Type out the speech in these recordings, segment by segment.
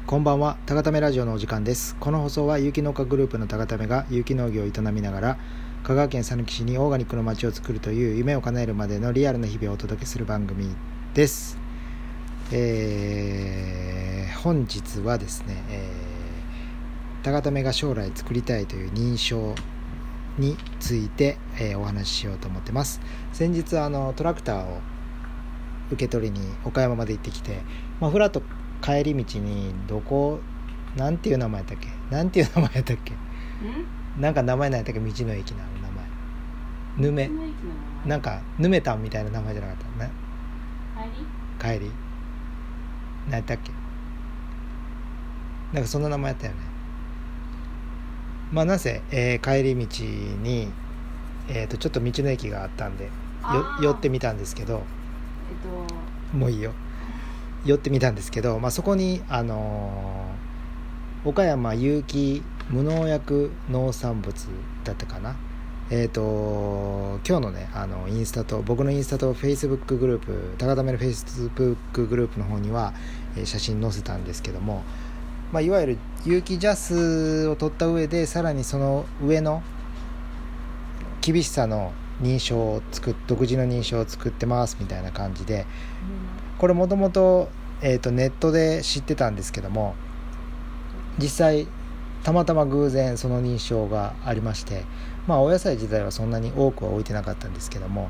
こんばんは。高ためラジオのお時間です。この放送は有機農家グループの高ためが有機農業を営みながら香川県さぬき市にオーガニックの街を作るという夢を叶えるまでのリアルな日々をお届けする番組です。本日はですね、高ためが将来作りたいという認証について、お話ししようと思ってます。先日トラクターを受け取りに岡山まで行ってきて、ふらっと帰り道になんていう名前やったっけなんか名前なんやったっけ、道の駅の名前なんかヌメタンみたいな名前じゃなかったね。帰り何やったっけ、なんかそんな名前やったよね。なんせ、帰り道に、ちょっと道の駅があったんで寄ってみたんですけど、もういいよ、寄ってみたんですけど、そこに岡山有機無農薬農産物だったかな。今日のねインスタと僕のインスタとフェイスブックグループ、高ためのフェイスブックグループの方には、写真載せたんですけども、いわゆる有機ジャスを取った上でさらにその上の厳しさの認証を独自の認証を作ってますみたいな感じで、これもともとネットで知ってたんですけども、実際たまたま偶然その認証がありまして、お野菜自体はそんなに多くは置いてなかったんですけども、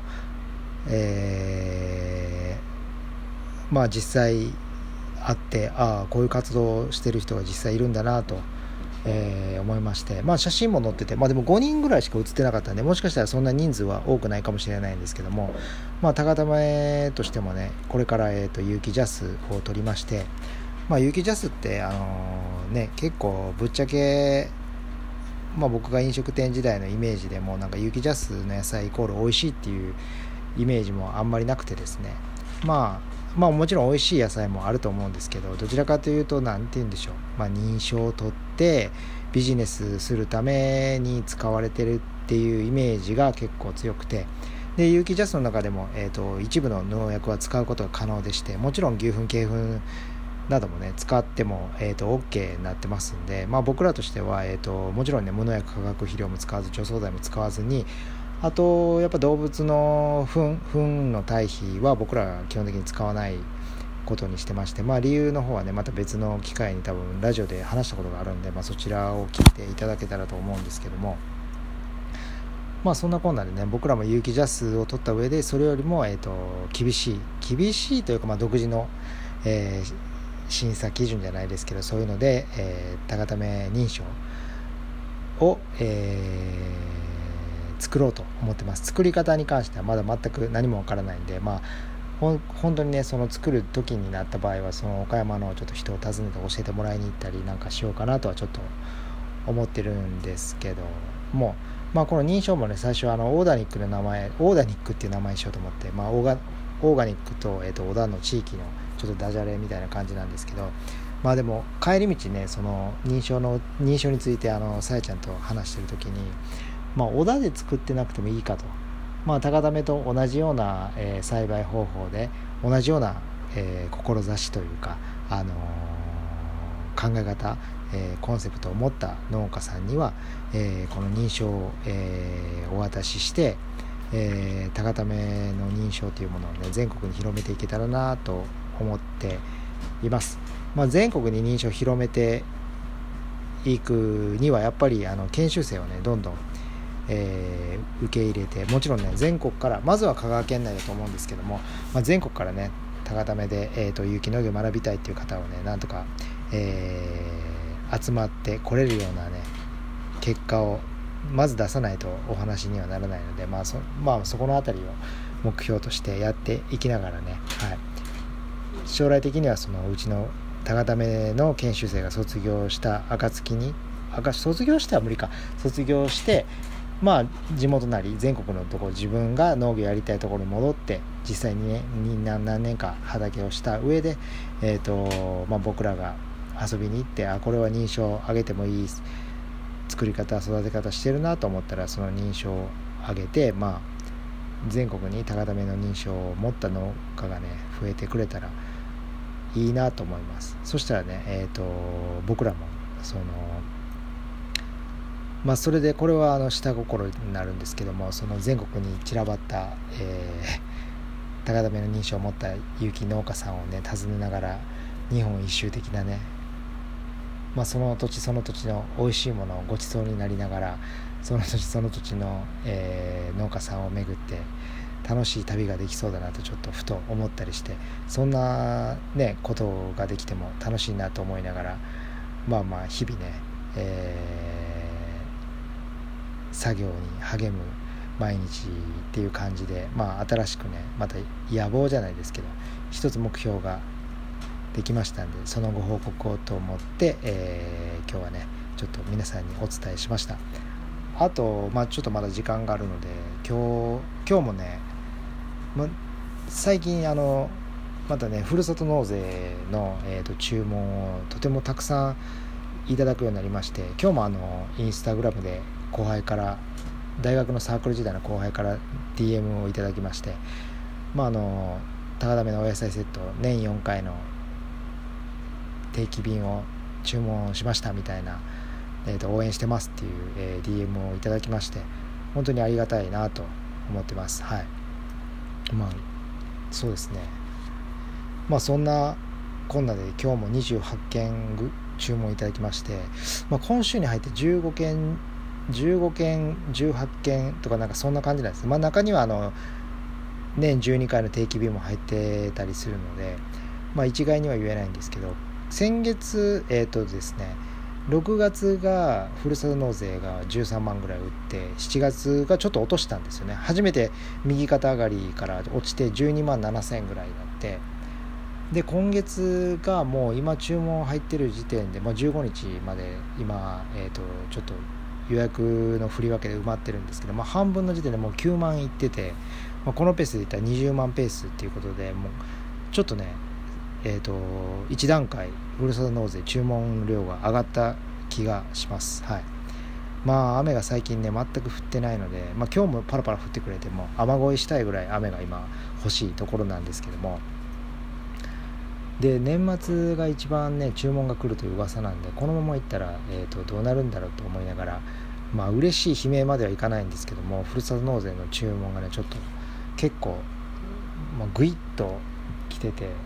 実際会ってこういう活動をしてる人が実際いるんだなと、思いまして、写真も載ってて、でも5人ぐらいしか写ってなかったんで、もしかしたらそんな人数は多くないかもしれないんですけども、高ためとしてもね、これから、有機ジャスを取りまして、有機ジャスって結構ぶっちゃけ、僕が飲食店時代のイメージでもなんか有機ジャスの野菜イコール美味しいっていうイメージもあんまりなくてですね、もちろん美味しい野菜もあると思うんですけど、どちらかというとなんて言うんでしょう、認証を取ってビジネスするために使われてるっていうイメージが結構強くて、で有機ジャスの中でも、一部の農薬は使うことが可能でして、もちろん牛糞鶏糞などもね使っても、OK になってますんで、僕らとしては、もちろんね無農薬化学肥料も使わず除草剤も使わずに、あとやっぱ動物の糞の堆肥は僕らは基本的に使わないことにしてまして、理由の方はねまた別の機会に多分ラジオで話したことがあるんで、そちらを聞いていただけたらと思うんですけども、そんなこんなでね、僕らも有機ジャスを取った上でそれよりも、厳しいというか、独自の、審査基準じゃないですけど、そういうので、高ため認証を、作ろうと思ってます。作り方に関してはまだ全く何もわからないんで、本当にねその作る時になった場合はその岡山のちょっと人を訪ねて教えてもらいに行ったりなんかしようかなとはちょっと思ってるんですけども、この認証もね最初オーガニックっていう名前にしようと思って、オーガニックと、小田の地域のちょっとダジャレみたいな感じなんですけど、でも帰り道ねその認証についてさやちゃんと話してる時に、小田で作ってなくてもいいかと、高ためと同じような、栽培方法で同じような、志というか、考え方、コンセプトを持った農家さんには、この認証を、お渡しして、高ための認証というものをね全国に広めていけたらなと思っています。全国に認証を広めていくにはやっぱり研修生をねどんどん受け入れて、もちろんね全国からまずは香川県内だと思うんですけども、全国からね高ためで、有機農業を学びたいっていう方をねなんとか、集まってこれるようなね結果をまず出さないとお話にはならないので、そこのあたりを目標としてやっていきながらね、将来的にはそのうちの高ための研修生が卒業した暁に卒業しては無理か卒業して地元なり全国のところ自分が農業やりたいところに戻って実際にね何年か畑をした上で、僕らが遊びに行ってこれは認証を上げてもいい作り方育て方してるなと思ったらその認証を上げて、全国に高ための認証を持った農家がね増えてくれたらいいなと思います。そしたらね、僕らもそれでこれは下心になるんですけども、その全国に散らばった、高田目の認証を持った有機農家さんをね訪ねながら日本一周的なね、その土地その土地の美味しいものをごちそうになりながら、その土地その土地の、農家さんを巡って楽しい旅ができそうだなとちょっとふと思ったりして、そんなねことができても楽しいなと思いながら、日々ね、作業に励む毎日っていう感じで、新しくねまた野望じゃないですけど一つ目標ができましたんで、そのご報告をと思って、今日はねちょっと皆さんにお伝えしました。あとちょっとまだ時間があるので今日もね、最近またねふるさと納税の、注文をとてもたくさんいただくようになりまして、今日もインスタグラムで後輩から大学のサークル時代の後輩から DM をいただきまして、高田目のお野菜セット年4回の定期便を注文しましたみたいな、応援してますっていう、DM をいただきまして、本当にありがたいなと思ってます。はい。そうですね。そんなこんなで今日も28件注文いただきまして、今週に入って15件18件とかそんな感じなんです。中には年12回の定期便も入ってたりするので、一概には言えないんですけど、先月ですね6月がふるさと納税が13万ぐらい売って、7月がちょっと落としたんですよね。初めて右肩上がりから落ちて12万7千ぐらいになって、で今月がもう今注文入ってる時点で、15日まで今、ちょっと予約の振り分けで埋まってるんですけど、半分の時点でもう9万いってて、このペースでいったら20万ペースっていうことで、もうちょっとね1段階ふるさと納税注文量が上がった気がします。はい。雨が最近ね全く降ってないので、今日もパラパラ降ってくれても雨乞いしたいぐらい雨が今欲しいところなんですけども、で年末が一番ね注文が来るという噂なんで、このままいったら、どうなるんだろうと思いながら、嬉しい悲鳴まではいかないんですけども、ふるさと納税の注文がねちょっと結構、グイッと来てて、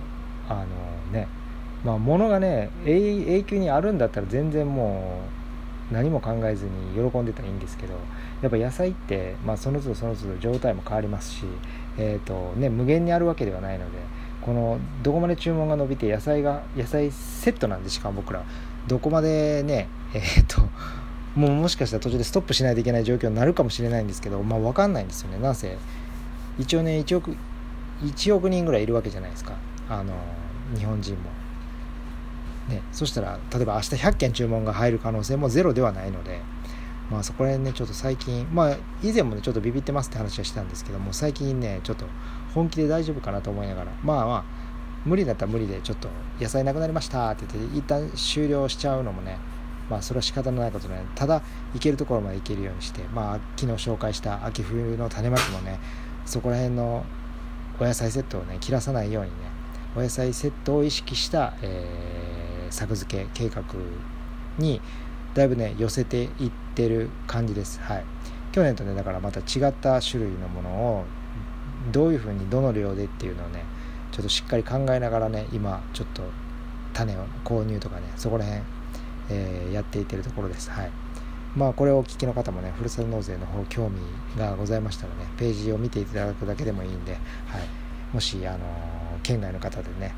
物がね永久にあるんだったら全然もう何も考えずに喜んでたらいいんですけど、やっぱ野菜って、その都度その都度状態も変わりますし、無限にあるわけではないので、このどこまで注文が伸びて野菜セットなんで、しかも僕らどこまでねもしかしたら途中でストップしないといけない状況になるかもしれないんですけど、分かんないんですよね。なんせ一応ね1億人ぐらいいるわけじゃないですか、日本人もね。そしたら例えば明日100件注文が入る可能性もゼロではないので、そこら辺ねちょっと最近以前もねちょっとビビってますって話はしたんですけども、最近ねちょっと本気で大丈夫かなと思いながら、無理だったら無理でちょっと野菜なくなりましたって言って一旦終了しちゃうのもね、それは仕方のないことね。ただ行けるところまで行けるようにして、昨日紹介した秋冬の種まきもね、そこら辺のお野菜セットをね切らさないようにね、お野菜セットを意識した、作付け計画にだいぶね寄せていってる感じです。はい。去年とねだからまた違った種類のものをどういうふうにどの量でっていうのをねちょっとしっかり考えながらね、今ちょっと種を購入とかねそこら辺、やっていってるところです。はい。これをお聞きの方もねふるさと納税の方興味がございましたらね、ページを見ていただくだけでもいいんで、はい、もし県外の方でね、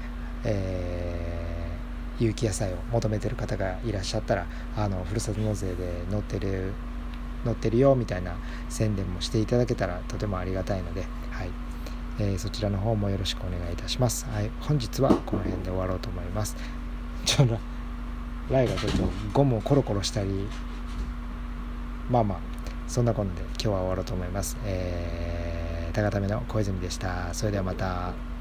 有機野菜を求めてる方がいらっしゃったら、ふるさと納税で載ってるよみたいな宣伝もしていただけたらとてもありがたいので、はい、そちらの方もよろしくお願いいたします。はい、本日はこの辺で終わろうと思います。ライがちょっとゴムをコロコロしたり、そんなこんなで今日は終わろうと思います。高ための小泉でした。それではまた。